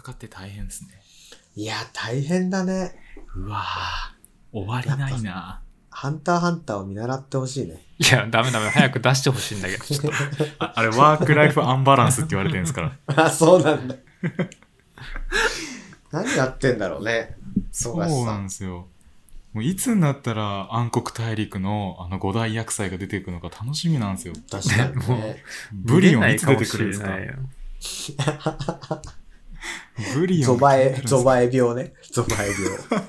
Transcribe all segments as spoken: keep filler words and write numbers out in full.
画家って大変ですね。 いや、大変だね。 うわぁ、終わりないな。 ハンターハンターを見習ってほしいね。 いや、ダメダメ。早く出してほしいんだけど、ちょっと。 あ, あれ、ワークライフアンバランスって言われてるんですから。 あ、そうなんだ。何やってんだろうね。 そうなんですよ。もういつになったら暗黒大陸のあの五大厄災が出てくるのか楽しみなんですよ。 確かにね。 ブリオンいつ出てくるんですか？ブリオン。 ゾバエ、ゾバエ病ね。ゾバエ病。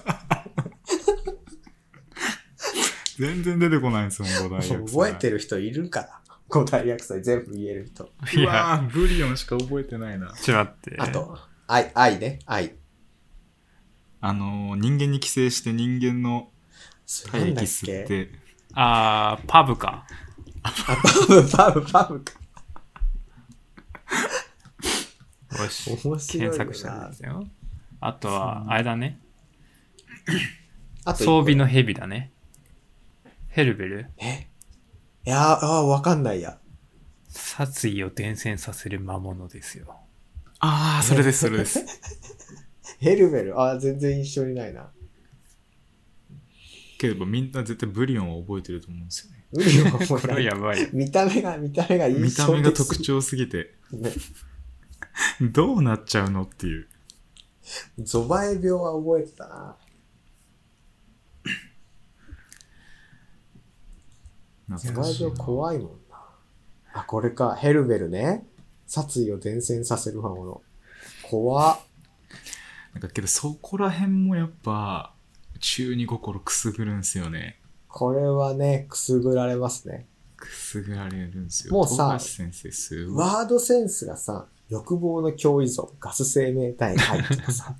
全然出てこないんですよ、五大厄災。 覚えてる人いるから。五大厄災全部言える人。 うわぁ、ブリオンしか覚えてないな。 ちょっと待って。 あと、愛、愛ね、愛。 あのー、人間に寄生して人間の体液吸って。 あー、パブか。 あ、パブ、パブ、パブか。 よし、 面白いな。 検索したんですよ。あとは、あれだね。 あと装備の蛇だね。ヘルベル。 えいやー、あーわかんないや。 殺意を伝染させる魔物ですよ。 ああ、それです、それです。 ヘルベル、ああ、全然印象にないな。 けど、みんな絶対ブリオンを覚えてると思うんですよね。 ブリオンはもうこれはやばい。 見た目が、見た目が印象的見た目が特徴すぎて、 ね、 どうなっちゃうのっていう。 ゾバエ病は覚えてたな。ゾバエ病怖いもんな。あ、これか。ヘルベルね。殺意を伝染させる魔物。怖っ。 なんかけど、そこら辺もやっぱ、中二心くすぐるんすよね。 これはね、くすぐられますね。 くすぐられるんすよ。 もうさ富樫先生すごい。 ワードセンスがさ、欲望の共依存、ガス生命体入ってたさ。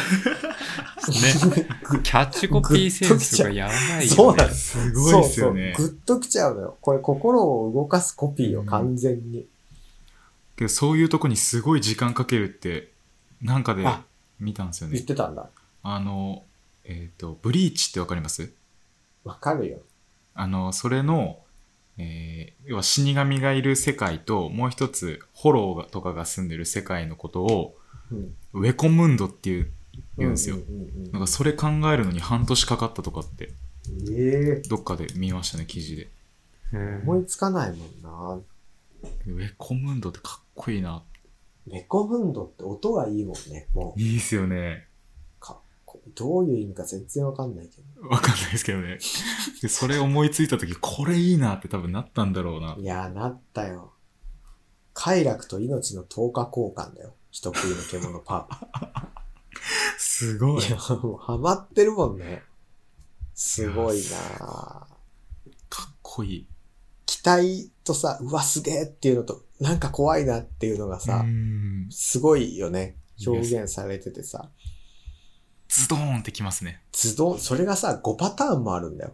ね。キャッチコピーセンスがやばいよね。 そうなんです。 すごいっすよね。 そうそう。グッときちゃうのよ。これ心を動かすコピーを完全に。うん、 けどそういうとこにすごい時間かけるって、なんかであ見たんですよね。 言ってたんだ。 あの、えっと、ブリーチってわかります？ わかるよ。あの、それの、えー、要は死神がいる世界と、もう一つ、ホローとかが住んでる世界のことを、うん、ウェコムンドっていう、言うんですよ。なんかそれ考えるのに半年かかったとかって、 えー、 どっかで見ましたね、記事で。 思いつかないもんな。 ウェコムンドってかっこいいな。 ウェコムンドって音がいいもんね。もういいっすよね。 かっこいい。どういう意味か全然わかんないけど。わかんないですけどね。で、それ思いついたとき、これいいなって多分なったんだろうな。 いやー、なったよ。快楽と命の等価交換だよ。人食いの獣パブ。 すごい。 いや、もうハマってるもんね。すごいなぁ。 かっこいい。 期待とさ、うわ、すげえっていうのと、なんか怖いなっていうのがさ、すごいよね。表現されててさ。 ズドーンってきますね。 ズドン、それがさ、ごパターンもあるんだよ。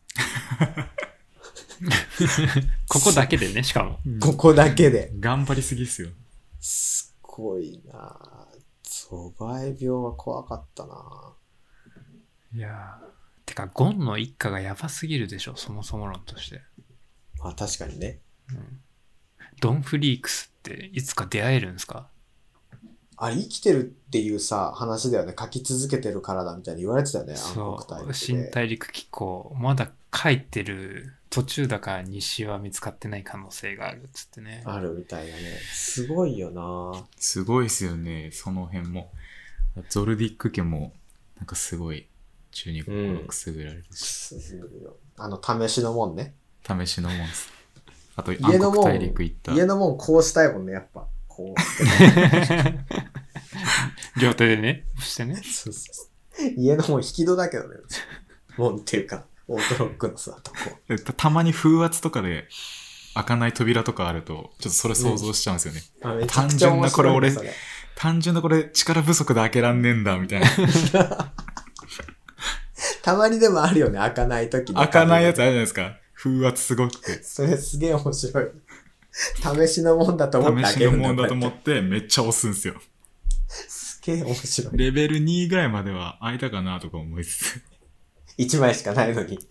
ここだけでね、しかも。 ここだけで。 頑張りすぎっすよ。 すごいなぁ。ゾバエ病は怖かったなぁ。 いやー。てか、ゴンの一家がやばすぎるでしょ、そもそも論として。 まあ確かにね。 うん、ドンフリークスっていつか出会えるんですか？ あ、生きてるっていうさ、話だよね。書き続けてるからだみたいに言われてたよね。 そう、 暗黒大陸で。 新大陸機構、まだ書いてる途中だから西は見つかってない可能性があるっつってね。 あるみたいだね。すごいよな。 すごいっすよね、その辺も。ゾルディック家も、なんかすごい、中二心くすぐられるし。 うん、あの、試しのもんね。 試しのもんです。あと、暗黒大陸行った。 家のもんこうしたいもんね、やっぱ。こう。 両手でね、押してね。 そうそうそう。家のもん引き戸だけどね。もんっていうか、オートロックのさ、とこ。 た, たまに風圧とかで開かない扉とかあると、ちょっとそれ想像しちゃうんですよね。 うん、 単純なこれ俺、単純なこれ力不足で開けらんねえんだ、みたいな。 たまにでもあるよね、開かないとき。 開かないやつあるじゃないですか。風圧すごくて。 それすげえ面白い。試しのもんだと思って開けるんだ。 試しのもんだと思ってめっちゃ押すんですよ。 すげえ面白い。 レベルにぐらいまでは開いたかなとか思いつつ。 いちまいしかないのに。いや、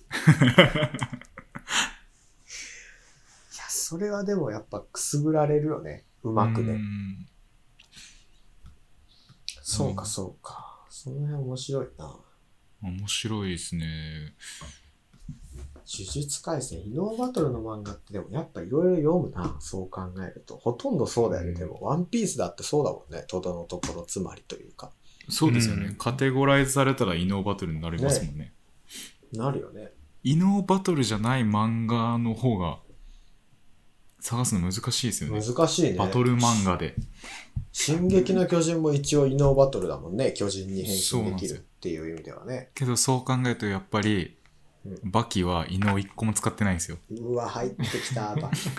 それはでもやっぱくすぐられるよね。うまくね。 そうかそうか。その辺面白いな。 面白いですね。 呪術廻戦、異能バトルの漫画ってでもやっぱいろいろ読むな。そう考えると。ほとんどそうだよね。でも、ワンピースだってそうだもんね。とどのところつまりというか。 そうですよね。 うん、 カテゴライズされたら異能バトルになりますもんね。 ねなるよね。 異能バトルじゃない漫画の方が探すの難しいですよね。 難しいね。 バトル漫画で。 進撃の巨人も一応異能バトルだもんね。巨人に変身できるっていう意味ではね。 けどそう考えるとやっぱり、うん、バキは異能一個も使ってないんですよ。 うわ、入ってきた、バキ。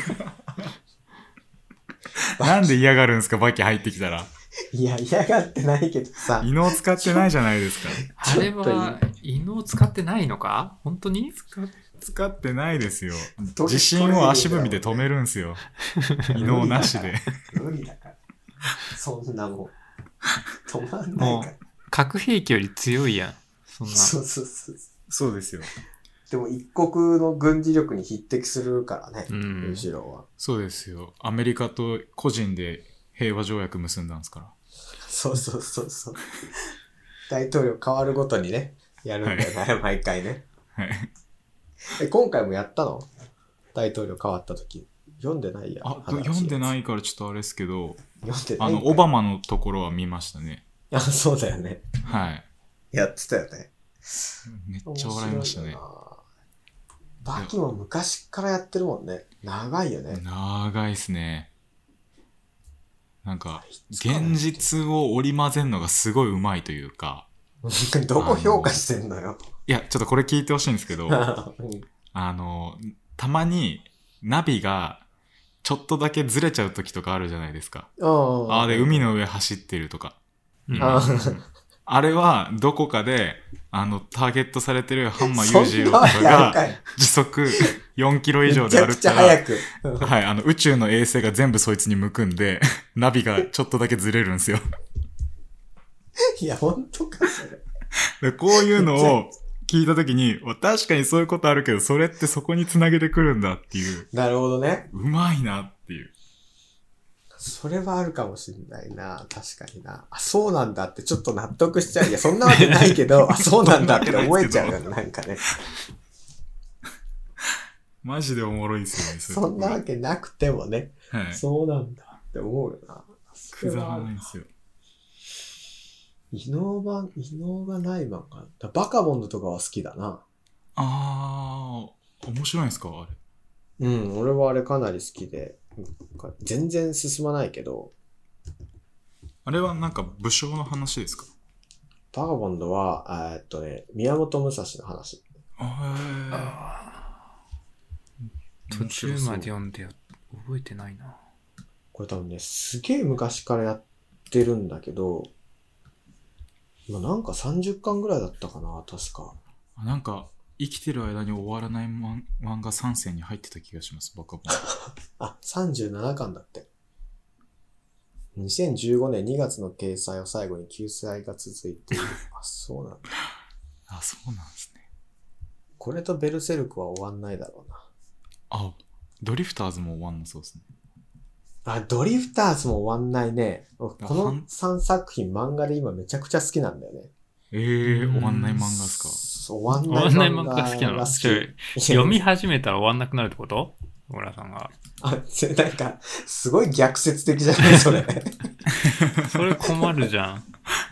なんで嫌がるんですか、バキ入ってきたら。 いや、嫌がってないけどさ。 異能使ってないじゃないですか。 あれは、異能使ってないのか本当に使, 使ってないですよ。地震を足踏みで止めるんすよ。異能なしで。 無理だから。そんなもん。止まんないから。 核兵器より強いやん。そんな。 そうそうそう。 そうですよ。 でも一国の軍事力に匹敵するからね。 うん、 むしろは。 そうですよ。アメリカと個人で平和条約結んだんですから。 そうそうそうそう。大統領変わるごとにね、やるんだよね、はい、毎回ね。 はい。 え、今回もやったの？大統領変わった時。読んでないや。 あ、読んでないからちょっとあれですけど、 読んでない。 あの、オバマのところは見ましたね。 あ、そうだよね。 はい。 やってたよね。 めっちゃ笑いましたね。 バキも昔からやってるもんね。長いよね。 長いっすね。なんか、現実を織り交ぜるのがすごい上手いというか。 どこ評価してんのよ。 いや、ちょっとこれ聞いてほしいんですけど、あの、たまにナビがちょっとだけずれちゃう時とかあるじゃないですか。ああ、で、海の上走ってるとか。うん、あれは、どこかで、あの、ターゲットされてるハンマー裕次郎とかが、時速よんキロ以上で歩ったら、 めちゃくちゃ速く。 はい、あの、宇宙の衛星が全部そいつに向くんで、ナビがちょっとだけずれるんですよ。 いや、ほんとか、それ。でこういうのを聞いたときに、確かにそういうことあるけど、それってそこにつなげてくるんだっていう。 なるほどね。 うまいなっていう。 それはあるかもしれないな。確かにな。あ、そうなんだってちょっと納得しちゃう。いや、そんなわけないけど、あ、そうなんだって思えちゃうよね、なんかね。 マジでおもろいですよね。 そんなわけなくてもね。はい、そうなんだって思うよな。 くだらないんですよ。 異能版、異能がない漫画。バカボンドとかは好きだな。 あー、面白いんですかあれ。うん、俺はあれかなり好きで。全然進まないけど。 あれはなんか武将の話ですか？ バカボンドは、えっとね、宮本武蔵の話。 あ途中まで読んで覚えてないな。 これ多分ね、すげえ昔からやってるんだけど、今なんかさんじゅっかんぐらいだったかな、確か。 なんか、生きてる間に終わらない漫画さんせんに入ってた気がします、バカボンド。 あ、さんじゅうななかんだって。にせんじゅうごねんにがつの掲載を最後に救済が続いている。あ、そうなんだ。 あ、そうなんですね。 これとベルセルクは終わんないだろうな。 あ、ドリフターズも終わんなそうですね。 あ、ドリフターズも終わんないね。このさんさく品漫画で今めちゃくちゃ好きなんだよね。 えー、終わんない漫画ですか？ 終わんない漫画が好きなの。 読み始めたら終わんなくなるってこと？小倉さんが。 あ、なんか、すごい逆説的じゃないそれ。 それ困るじゃん。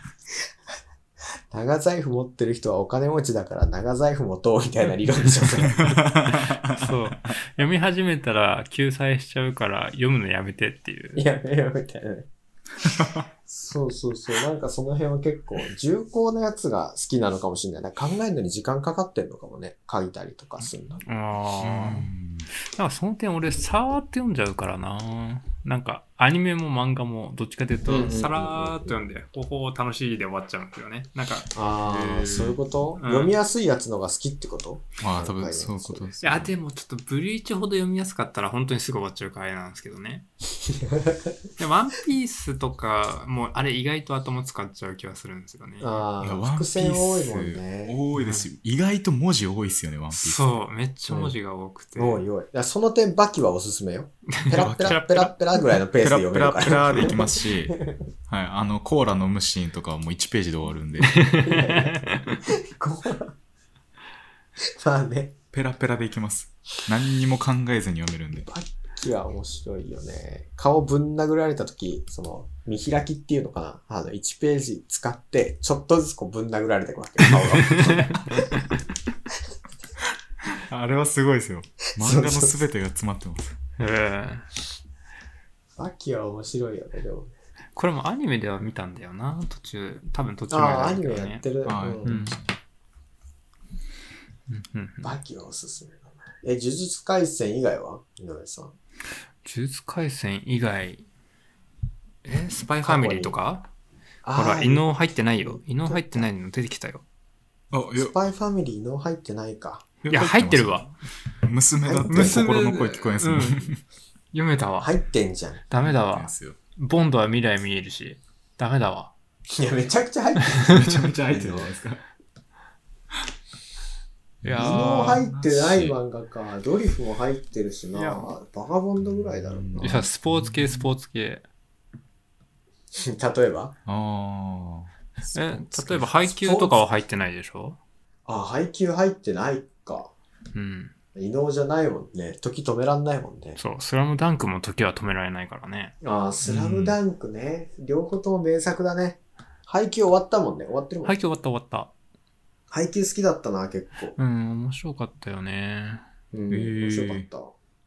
長財布持ってる人はお金持ちだから長財布持とうみたいな理論でしょ、それ。 そう。読み始めたら救済しちゃうから読むのやめてっていう。 やめよみたいなね。そうそうそう。なんかその辺は結構重厚なやつが好きなのかもしれない。なんか考えるのに時間かかってんのかもね。書いたりとかするの。 ああ。なんかその点俺さーって読んじゃうからな。なんかアニメも漫画もどっちかというとさらーっと読んで、ほほー楽しいで終わっちゃうんですよね。なんか。 ああ、えー、そういうこと、うん、読みやすいやつのが好きってこと？ ああ、多分そういうことです、 ね。いや、でもちょっとブリーチほど読みやすかったら本当にすぐ終わっちゃう回なんですけどね。でワンピースとかももあれ意外と頭使っちゃう気がするんですよね。 ああ、 いやワンピ伏線多いーもんね。 ス多いですよ。意外と文字多いですよね、ワンピース。 そう、めっちゃ文字が多くて。 多い多い。いやその点、バキはおすすめよ。ペラッペラッペラッペラぐらいのペースでペラ読めるから。 ペラペラでいきますし、はい、あの、コーラ飲むシーンとかはもういちページで終わるんで、 こうまあね、 ペラペラでいきます。何にも考えずに読めるんで。 バキは面白いよね。顔ぶん殴られたとき、その、見開きっていうのかな、あの、いちページ使って、ちょっとずつこうぶん殴られていくわけ、顔が。 あれはすごいですよ。漫画のすべてが詰まってます。 へーバキは面白いよね、でもね。 これもアニメでは見たんだよな、途中。多分途中までああ、アニだけどね。 メやってる。 はいうんうん。うんうんうんバキはおすすめだな。え、呪術廻戦以外は井上さん。 呪術廻戦以外、え、スパイファミリーとかほら、 あー伊能入ってないよ。伊能入ってないの出てきたよ。 あ、いやス、パイファミリーの入ってないか。 いや、入ってるわ。 娘だって娘心の声聞こえんすもん。 うん読めたわ。 入ってんじゃん。 ダメだわなんで。すよ。 ボンドは未来見えるし。ダメだわ。 いや、めちゃくちゃ入ってる。 めちゃめちゃ入ってるじゃないですか。 いや伊能ー入ってない漫画か。ドリフも入ってるしな。 いやバカボンドぐらいだろうな。 いや、スポーツ系、スポーツ系。 例えばああ。 え、例えば配給とかは入ってないでしょあ、配給入ってないか。 うん。 伊能じゃないもんね。時止めらんないもんね。 そう、スラムダンクも時は止められないからね。 ああ、スラムダンクね。両方とも名作だね。配給終わったもんね。終わってるもんね。 配給終わった終わった。 配給好きだったな、結構。 うん、面白かったよね。 うん、 へー面白かった。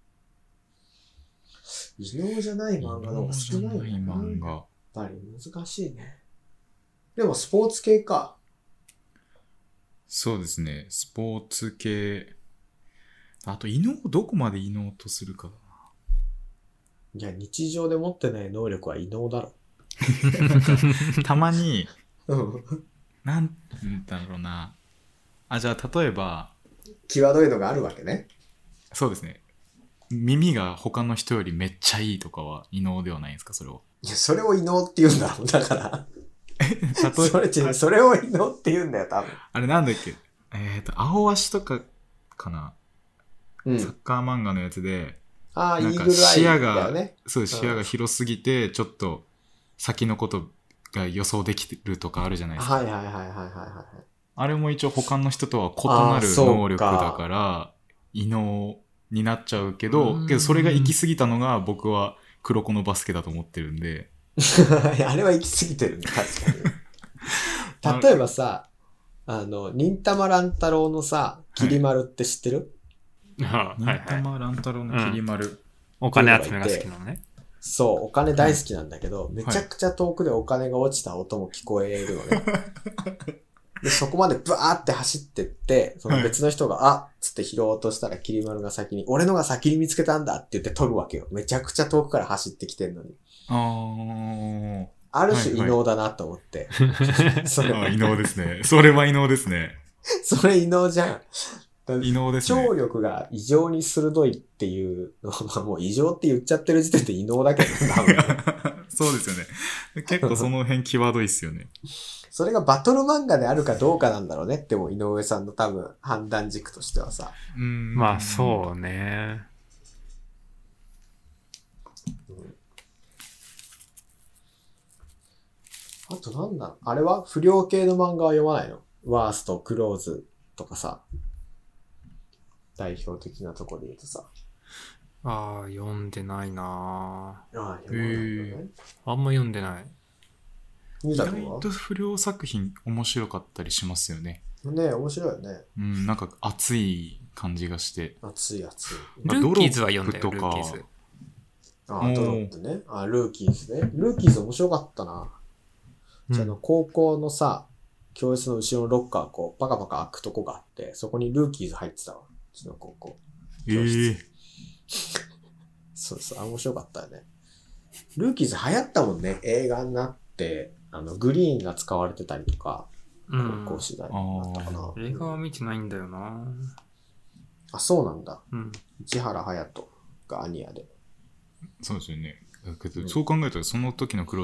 伊能じゃない漫画の方が少ないないな。 漫画。 やっぱり難しいね。でもスポーツ系か。 そうですね。スポーツ系。あと、異能をどこまで異能とするかだいや、日常で持ってない能力は異能だろ。 な。たまに、 うん。 なんだろうな。あ、じゃあ、例えば、 際どいのがあるわけね。 そうですね。耳が他の人よりめっちゃいいとかは異能ではないんですか、それを。 いや、それを異能って言うんだろう。だから。 例それ違う、それを異能って言うんだよ、多分。 あれなんだっけえっ、と、青足とかかな、 うん。 サッカー漫画のやつで、 ああ、イなんかーグルアイだ視野がよね。 そう、視野が広すぎて、ちょっと先のことが予想できてるとかあるじゃないですか。 はいはいはいはいはいはい。 あれも一応他の人とは異なるあーそうか能力だから、異能になっちゃうけど、 うんけどそれが行き過ぎたのが僕は黒子のバスケだと思ってるんで、 いやあれは行き過ぎてるね、確かに。例えばさ、あの、忍たま乱太郎のさ、きり丸って知ってる、 はいはい。 忍たま乱太郎のきり丸。 お金集めが好きなのね。 そう、お金大好きなんだけど、めちゃくちゃ遠くでお金が落ちた音も聞こえるのね。でそこまでブワーって走ってって、その別の人が、あっつって拾おうとしたら、きり丸が先に、俺のが先に見つけたんだって言って取るわけよ。めちゃくちゃ遠くから走ってきてんのに。 あある種異能だなと思って。そーあ、 れ、 異能ですね。それは異能ですね。 それ異能じゃん。 異能ですね。 聴力が異常に鋭いっていうのは、もう異常って言っちゃってる時点で異能だけど、多分。 そうですよね。結構その辺際どいっすよね。 それがバトル漫画であるかどうかなんだろうねっても、井上さんの多分判断軸としてはさ。 うんまあそうね。 あとなんだあれは不良系の漫画は読まないの？ワースト、クローズとかさ。代表的なとこで言うとさ。 ああ、読んでないなああ、読まないよね。 あんま読んでない。 見意たの外と不良作品面白かったりしますよね。 はねえ、面白いよね。 うん、なんか熱い感じがして。 熱い熱い。 ルーキーズは読んだよ、 ドロップとかルーキーズ。 ああ、 うんドロップね。ああ、ルーキーズね。ルーキーズ面白かったな。じゃあの、高校のさ、教室の後ろのロッカー、こう、パカパカ開くとこがあって、そこにルーキーズ入ってたわ。うちの高校。 ええそうそう、あ、面白かったよね。ルーキーズ流行ったもんね。映画になって、あの、グリーンが使われてたりとか、 うん。 高校時代だったかな。 映画は見てないんだよな。 あ、そうなんだ。 うん。 市原隼人がアニヤで。 そうですよね。だけどうんそう考えたらその時のクローズ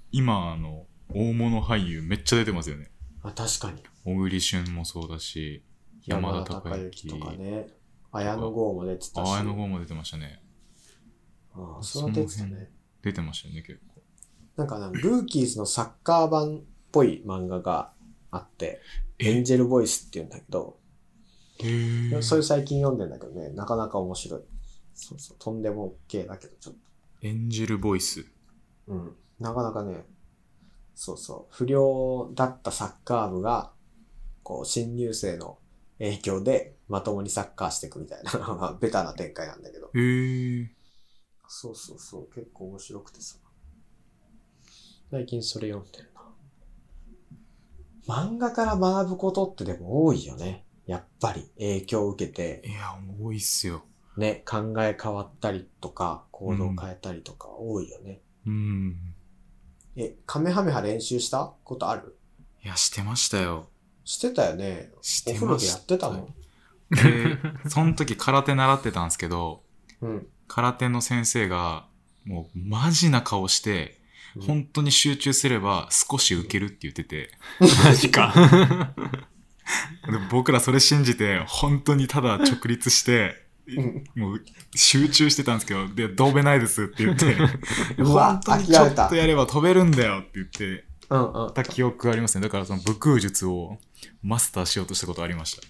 今あの大物俳優めっちゃ出てますよね。 あ、確かに。 小栗旬もそうだし、山田孝之とかね。綾野剛も出てたし。 綾野剛も出てましたね。 ああ、それは出てたね。 出てましたよね、結構。 なんかな、ルーキーズのサッカー版っぽい漫画があって、エンジェルボイスって言うんだけど、 へー。 それ最近読んでんだけどね、なかなか面白い。そうそう、とんでも系だけど、ちょっと。 エンジェルボイス。 うん。なかなかね、そうそう、不良だったサッカー部が、こう、新入生の影響でまともにサッカーしていくみたいな、ベタな展開なんだけど。 へー。 そうそうそう、結構面白くてさ。最近それ読んでるな。漫画から学ぶことってでも多いよね。やっぱり影響を受けて。 いや、多いっすよ。 ね、考え変わったりとか、行動変えたりとか多いよね。 うん。 え、カメハメハ練習したことある？ いや、してましたよ。 してたよね。 してました。 お風呂でやってたもん。 で、その時空手習ってたんですけど、 うん。 空手の先生が、もうマジな顔して、うん、本当に集中すれば少し受けるって言ってて。 マジか。 で僕らそれ信じて、本当にただ直立して、もう集中してたんですけど、で、飛べないですって言って、本当にちょっとやれば飛べるんだよって言って、 うんうん。 た記憶がありますね。だからその武空術をマスターしようとしたことありました。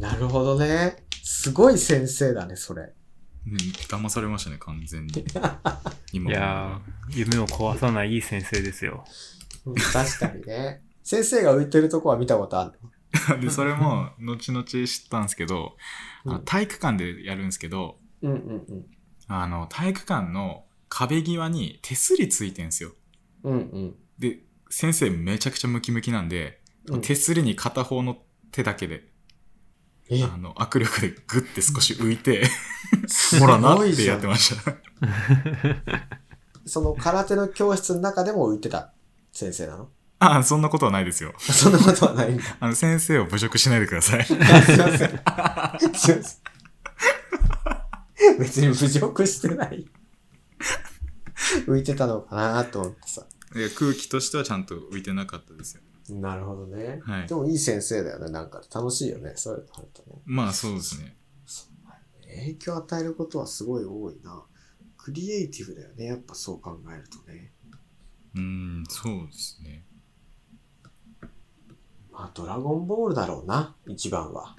なるほどね。すごい先生だね、それ。 うん、騙されましたね、完全に。 今いやー、夢を壊さないいい先生ですよ。 うん、確かにね。先生が浮いてるとこは見たことあるので、それも後々知ったんですけど、うん、体育館でやるんですけど、 うんうんうん、 あの、体育館の壁際に手すりついてんすよ。 うんうん、 で、先生めちゃくちゃムキムキなんで、うん、手すりに片方の手だけで、あの、握力でグッて少し浮いて、ほらなってやってました。 その空手の教室の中でも浮いてた先生なの？ ああ、そんなことはないですよ。 そんなことはないんだ。 あの、先生を侮辱しないでください。 すいません。すいません。別に侮辱してない。浮いてたのかなと思ってさ。 いや、空気としてはちゃんと浮いてなかったですよ。 なるほどね。 はい。 でもいい先生だよね。なんか楽しいよね。そういうのあるとね。 まあそうですね。 影響を与えることはすごい多いな。クリエイティブだよね。やっぱそう考えるとね。 うーん、そうですね。 まあドラゴンボールだろうな。一番は。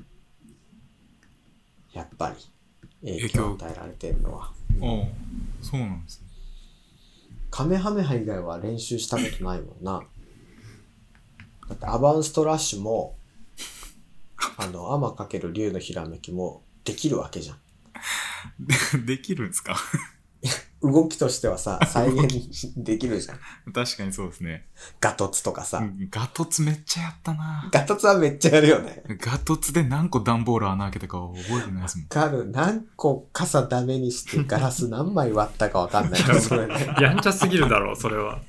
やっぱり影響を与えられてるのは。 ああ、そうなんですね。 カメハメハ以外は練習したことないもんな。だってアバンストラッシュも、あの、アマかける竜のひらめきもできるわけじゃん。で, できるんですか？ 動きとしてはさ、再現できるじゃん。 確かにそうですね。 ガトツとかさ。 ガトツめっちゃやったな。 ガトツはめっちゃやるよね。 ガトツで何個段ボール穴開けたか覚えてないですもん。 わかる。何個傘ダメにしてガラス何枚割ったかわかんないけど、それね。 やんちゃすぎるだろう、それは。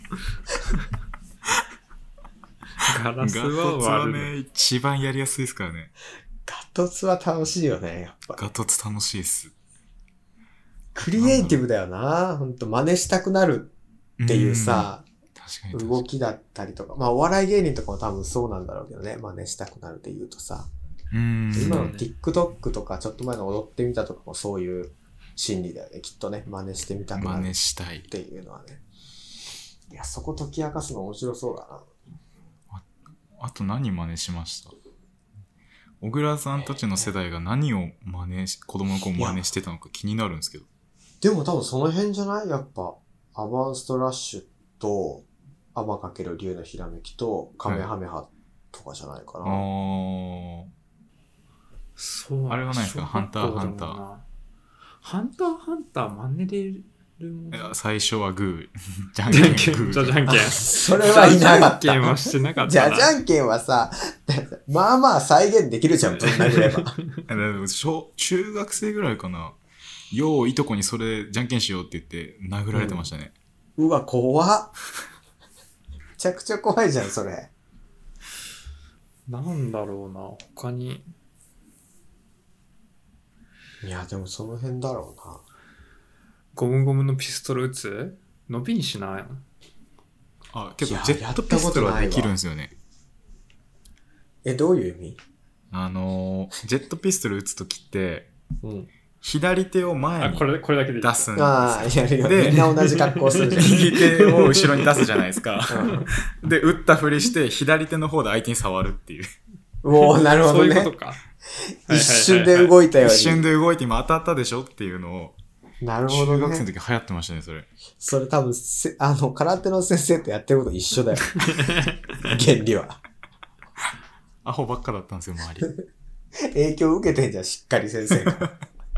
ガラスは割る、 ね、一番やりやすいですからね。 ガトツは楽しいよね、やっぱ。 ガトツ楽しいです。 クリエイティブだよな。ほんと真似したくなるっていうさ、 確かに動きだったりとか。まあお笑い芸人とかも多分そうなんだろうけどね。真似したくなるって言うとさ。 うん今の TikTok とかちょっと前の踊ってみたとかもそういう心理だよね。きっとね。真似してみたくなる。 真似したい。 っていうのはね。いや、そこ解き明かすの面白そうだな。 あ, あと何真似しました？小倉さんたちの世代が何を真似し、子供の子を真似してたのか気になるんですけど。 でも多分その辺じゃない？やっぱ、アバンストラッシュと、アマかける竜のひらめきと、カメハメハとかじゃないかな。 はい、あー。 そう。 あれはないですか？ハンターハンター。 ハンターハンター真似でるもん。 いや、最初はグー。じゃんけんグー。 じゃじゃんけん。 それはいなかった。 じゃんけんはしてなかった。 じゃじゃんけんはさ、まあまあ再現できるじゃん、ぶん殴れば。 小中学生ぐらいかな。よういとこにそれじゃんけんしようって言って殴られてましたね。 うん、うわ、怖っ。めちゃくちゃ怖いじゃん、それ。 なんだろうな、他に。 いや、でもその辺だろうな。 ゴムゴムのピストル撃つ？伸びにしないの？ あ、けどジェットピストルはできるんですよね。 え、どういう意味？ あのー、ジェットピストル撃つときって、 うん、 左手を前にこれこれだけで出すんですよ。 ああ、やるよ。みんな同じ格好するじゃん。 右手を後ろに出すじゃないですか。うん、で、撃ったふりして、左手の方で相手に触るっていう。 おー、なるほどね。 そういうことか。 一瞬で動いたように。 一瞬で動いて今当たったでしょっていうのを。 なるほどね。 中学生の時流行ってましたね、それ。 それ多分、あの、空手の先生とやってること一緒だよ。原理は。 アホばっかだったんですよ、周り。 影響受けてんじゃん、しっかり先生が。確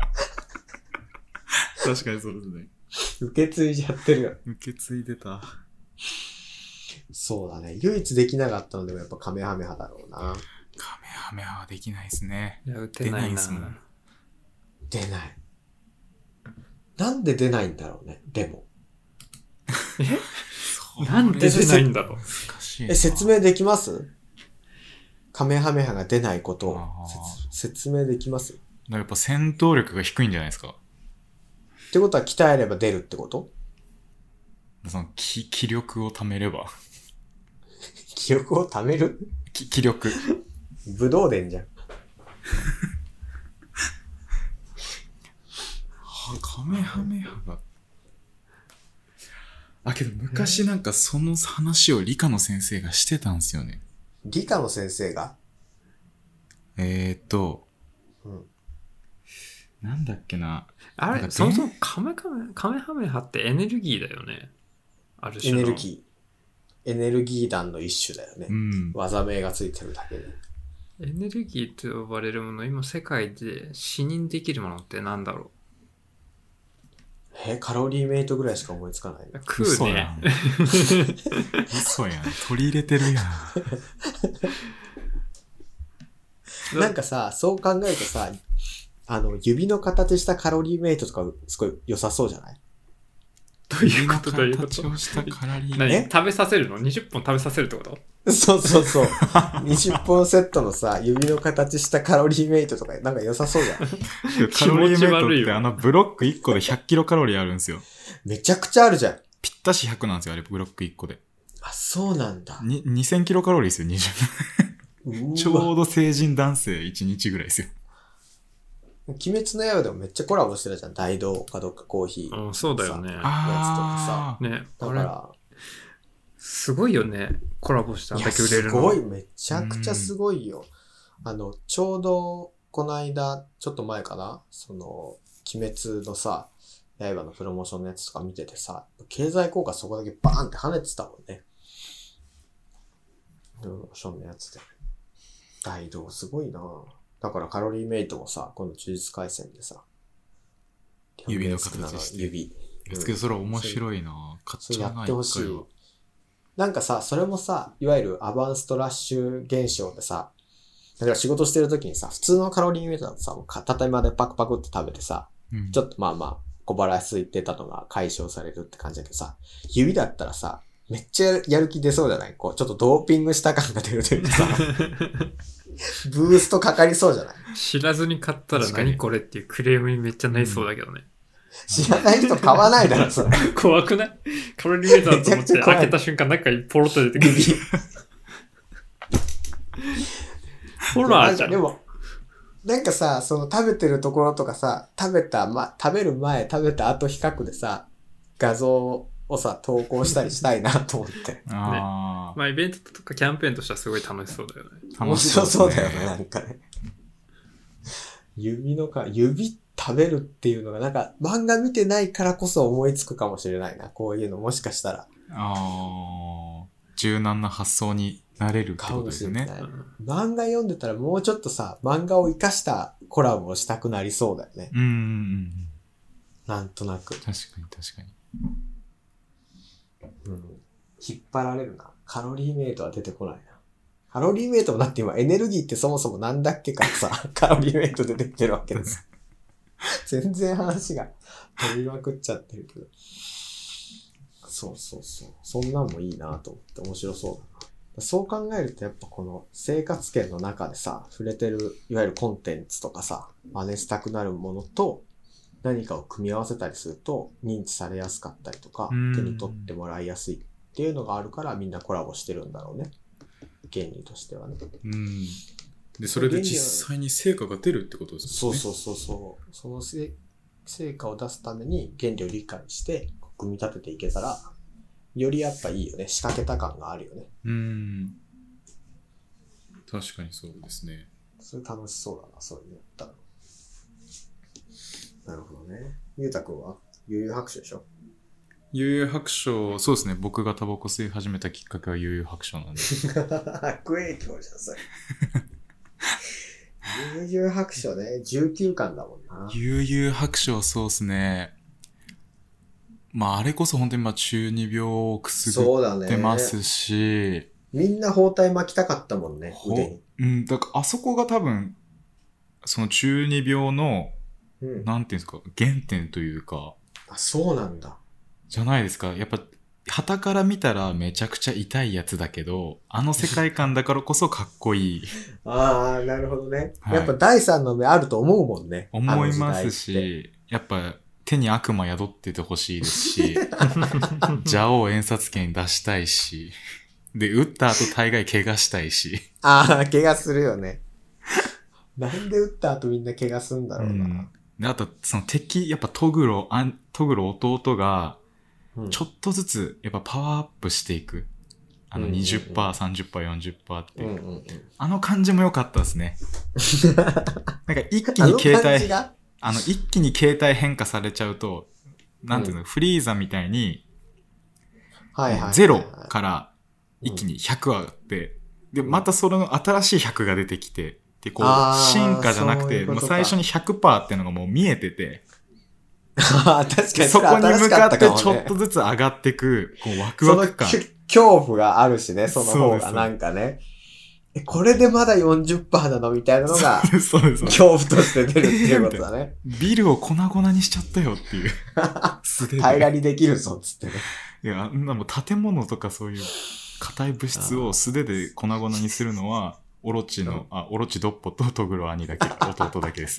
かにそうですね。 受け継いじゃってるよ。 受け継いでた。 そうだね。唯一できなかったのでもやっぱカメハメハだろうな。 カメハメハはできないですね。 いや、打てないな。 出ないですもん。 出ない。なんで出ないんだろうね、でも。 えなんで出ないんだろう。 難しい。 え、説明できます？カメハメハが出ないことを説明できます？ やっぱ戦闘力が低いんじゃないですか。 ってことは鍛えれば出るってこと？ その気、気力を貯めれば。 気力を貯める？ 気、気力。 武道伝じゃん。 は、カメハメハが。あ、けど昔なんかその話を理科の先生がしてたんですよね。 理科の先生が？ えーと、 うん、 なんだっけな。 あれ、そもそもカメカメ、カメハメハってエネルギーだよね。ある種の。 エネルギー。エネルギー弾の一種だよね。 うん。 技名がついてるだけで。 エネルギーと呼ばれるもの、今世界で視認できるものってなんだろう。 え、カロリーメイトぐらいしか思いつかない。 食うね。 嘘やん。取り入れてるやん。なんかさ、そう考えるとさ、あの、指の形したカロリーメイトとかすごい良さそうじゃない？ どういうことどういうこと形をしたカロリー何食べさせるの ?にじゅっ 本食べさせるってこと？ そうそうそう。にじゅっぽんセットのさ、指の形したカロリーメイトとかなんか良さそうじゃん。 カロリーメイトってあのブロックいっこでひゃくキロカロリーあるんですよ。 めちゃくちゃあるじゃん。 ぴったしひゃくなんですよ、あれブロックいっこで。 あ、そうなんだ。 に、にせんキロカロリーですよ、にじゅう。ちょうど成人男性いちにちぐらいですよ。 鬼滅の刃でもめっちゃコラボしてたじゃん。大道かどっかコーヒー。 うん、そうだよね。やつとかさ。ね、 だから、 すごいよね。コラボしたんだけ売れるの。 すごい、めちゃくちゃすごいよ。あの、ちょうど、この間、ちょっと前かな、その、鬼滅のさ、刃のプロモーションのやつとか見ててさ、経済効果そこだけバーンって跳ねてたもんね。プロモーションのやつで。大道すごいな。だからカロリーメイトもさ、この呪術廻戦でさ、 指の形して。 指。 ですけどそれ面白いな。買っちゃうな。 やってほしい。なんかさ、それもさ、いわゆるアバンストラッシュ現象でさ、だから仕事してる時にさ、普通のカロリーメイトだとさ、もう片手までパクパクって食べてさ、うん、ちょっとまあまあ、小腹空いてたのが解消されるって感じだけどさ、指だったらさ、めっちゃやる気出そうじゃない？こう、ちょっとドーピングした感が出るというかさ、ブーストかかりそうじゃない？ 知らずに買ったら何これっていうクレームにめっちゃなりそうだけどね。うん、 知らない人買わないだろ、それ。 怖くない？カロリーメイトだと思って開けた瞬間中にポロッと出てくる。ホラーじゃん。 でも、なんかさ、その食べてるところとかさ、食べた、ま、食べる前、食べた後比較でさ、画像をさ、投稿したりしたいなと思って。ね、 まあイベントとかキャンペーンとしてはすごい楽しそうだよね。 面白そうだよね、なんかね。指のか、指食べるっていうのがなんか漫画見てないからこそ思いつくかもしれないな。こういうのもしかしたら。 ああ、柔軟な発想になれるってことですよね。 漫画読んでたらもうちょっとさ、漫画を活かしたコラボをしたくなりそうだよね。 うんうんうん。 なんとなく。 確かに確かに。 うん。引っ張られるな。カロリーメイトは出てこないな。カロリーメイトもだって今エネルギーってそもそもなんだっけかさ、カロリーメイト出てきてるわけです。全然話が飛びまくっちゃってるけど。そうそうそう。そんなんもいいなと思って面白そうだな。そう考えるとやっぱこの生活圏の中でさ、触れてるいわゆるコンテンツとかさ、真似したくなるものと何かを組み合わせたりすると認知されやすかったりとか、手に取ってもらいやすいっていうのがあるからみんなコラボしてるんだろうね。原理としてはね。 うん。で、それで実際に成果が出るってことですね。 そうそうそうそう。そのせ成果を出すために原理を理解して組み立てていけたら、よりやっぱいいよね。仕掛けた感があるよね。 うん。確かにそうですね。 それ楽しそうだな、そういうのやったら。なるほどね。ゆうたくんは悠々白書でしょ？ 悠々白書、そうですね。僕がタバコ吸い始めたきっかけは悠々白書なんで。 悪影響じゃん、それ。悠々白書ね、じゅうきゅうかんだもんな。 悠々白書はそうですね。まあ、あれこそ本当にまあ中二病をくすぐってますし、 みんな包帯巻きたかったもんね、腕に。 うん、だからあそこが多分、その中二病の、うん、なんていうんですか、原点というか。 あ、そうなんだ。 じゃないですか。やっぱ、旗から見たらめちゃくちゃ痛いやつだけど、あの世界観だからこそかっこいい。 ああ、なるほどね、はい。やっぱ第三の目あると思うもんね。 思いますし、やっぱ手に悪魔宿っててほしいですし、蛇王演札剣出したいし、で、撃った後大概怪我したいし。 ああ、怪我するよね。なんで撃った後みんな怪我するんだろうな。うん、 であと、その敵、やっぱトグロ、あんトグロ弟が、ちょっとずつ、やっぱパワーアップしていく。あのにじゅっパーセント、さんじゅっパーセント、よんじゅっパーセント っていう。うんうんうん、あの感じも良かったですね。なんか一気に携帯、あ, あの一気に携帯変化されちゃうと、なんていうの、うん、フリーザみたいに、はいはいはいはい、ゼロから一気にひゃく上がって、うん、で、またその新しいひゃくが出てきて、で、こう、進化じゃなくて、もう最初に ひゃくパーセント っていうのがもう見えてて、 確かにそこに向かってちょっとずつ上がっていく、こうワクワク感。 その恐怖があるしね、その方がなんかね。え、これでまだ よんじゅっパーセント なのみたいなのが、恐怖として出るっていうことだね。 ビルを粉々にしちゃったよっていう。 素手で。平らにできるぞ、つってね。 いや、あんなもう建物とかそういう硬い物質を素手で粉々にするのは、オロチの、あ、オロチドッポとトグロ兄だけ、弟だけです。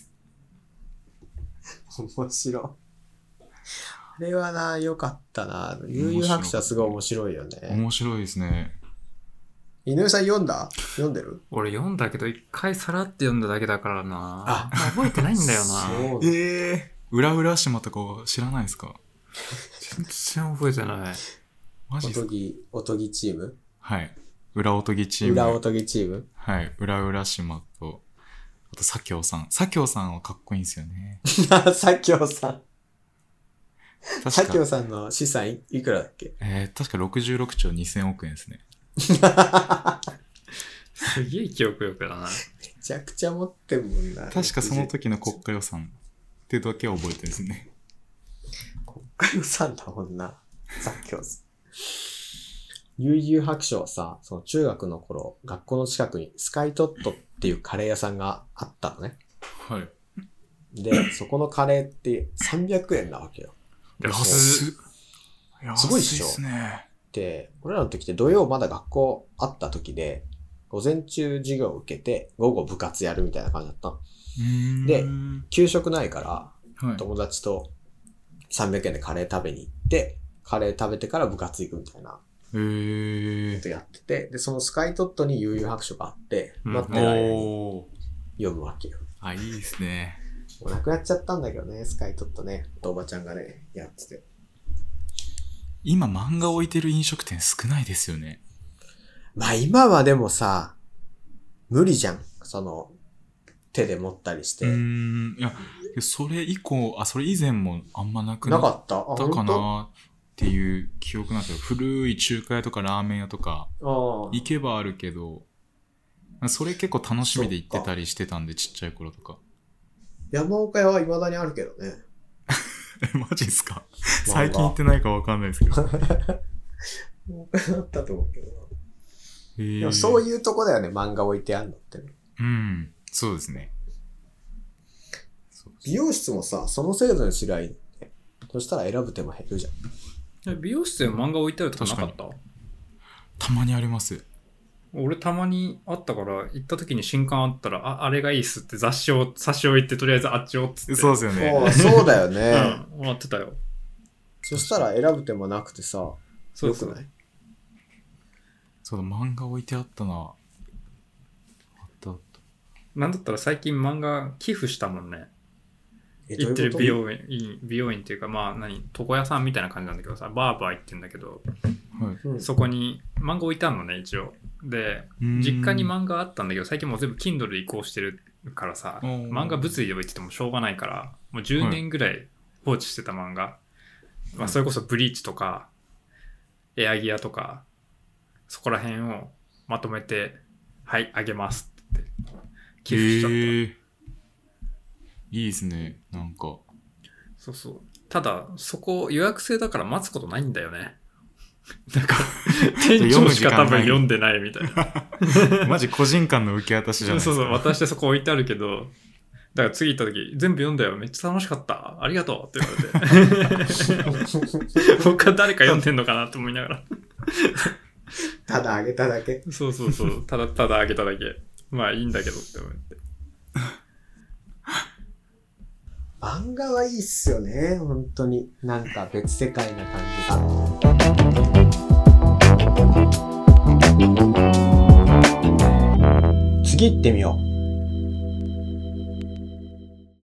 面白い。あれはな、良かったな。悠々白書はすごい面白いよね。 面白いですね。 井上さん読んだ？読んでる？ 俺読んだけど、一回さらって読んだだけだからな。あ、覚えてないんだよな。 そうええー。裏浦島とか知らないですか？ 全然覚えてない。 マジですか？おとぎ、おとぎチーム？ はい。裏おとぎチーム。 裏おとぎチーム？ はい。裏浦島と、あと、左京さん。左京さんはかっこいいんですよね。 左京さん。左京さんの資産 い, いくらだっけ？ えー、確かろくじゅうろくちょうにせんおくえんですね。 すげえ記憶力だな。 めちゃくちゃ持ってんもんな。 確かその時の国家予算ってだけは覚えてるんですね。 国家予算だもんな。左京さん。悠々白書はさ、その中学の頃、学校の近くにスカイトットっていうカレー屋さんがあったのね。 はい。 で、そこのカレーってさんびゃくえんなわけよ。 安っ。 すごいっしょ。 安いっすね。 で、俺らの時って土曜まだ学校あった時で、午前中授業を受けて、午後部活やるみたいな感じだったの。で、給食ないから、はい、友達とさんびゃくえんでカレー食べに行って、カレー食べてから部活行くみたいな。 へー。 ことやってて、で、そのスカイトットに悠々白書があって、待ってる間に読むわけよ。 あ、いいですね。 もうなくなっちゃったんだけどね、スカイトットね。おばちゃんがね、やってて。 今漫画置いてる飲食店少ないですよね。 まあ今はでもさ、無理じゃん。その、手で持ったりして。 うーん。いや、それ以降、あ、それ以前もあんまなくなったかなっていう記憶なんですよ。古い中華屋とかラーメン屋とか、行けばあるけど、それ結構楽しみで行ってたりしてたんで、ちっちゃい頃とか。 山岡屋は未だにあるけどね。 マジっすか？最近行ってないかわかんないですけど。 山岡屋あったと思うけどな。えー、でもそういうとこだよね、漫画置いてあんのって。 うん、そうですね。 美容室もさ、その制度にすりゃいいね。そしたら選ぶ手も減るじゃん。美容室で漫画置いてあるとかなかった？ たまにあります。 俺たまにあったから、行った時に新刊あったら、あ、あれがいいっすって雑誌を差し置いて、とりあえずあっちをっつって。 そうですよね。 そうだよね。 うん、もらってたよ。 そしたら選ぶ手もなくてさ、よくない？ そうだ、漫画置いてあったな。あったあった。 なんだったら最近漫画寄付したもんね。 え行ってる美どういうこ容院、美容院っていうか、まあ何、床屋さんみたいな感じなんだけどさ、バーバー行ってんだけど、 はい。 とうんそこに漫画置いてあるのね、一応。で、実家に漫画あったんだけど、最近もう全部 Kindle で移行してるからさ、 おー漫画物理で置いててもしょうがないから、もうじゅうねんぐらい放置してた漫画、まあ、それこそブリーチとか、エアギアとか、そこら辺をまとめて、はい、あげますって寄付しちゃった。 へーいいですね。なんか。 そうそう。ただ、そこ予約制だから待つことないんだよね。だから店長しか多分読んでないみたいな。 マジ個人間の受け渡しじゃないですか。 そうそう、渡してそこ置いてあるけど、だから次行った時、全部読んだよ、めっちゃ楽しかった、ありがとうって言われて。他誰か読んでんのかなって思いながら。 ただあげただけ。 そうそうそう、ただただあげただけ。まあいいんだけどって思って。 漫画はいいっすよね、本当に。なんか別世界な感じが。次行ってみよう。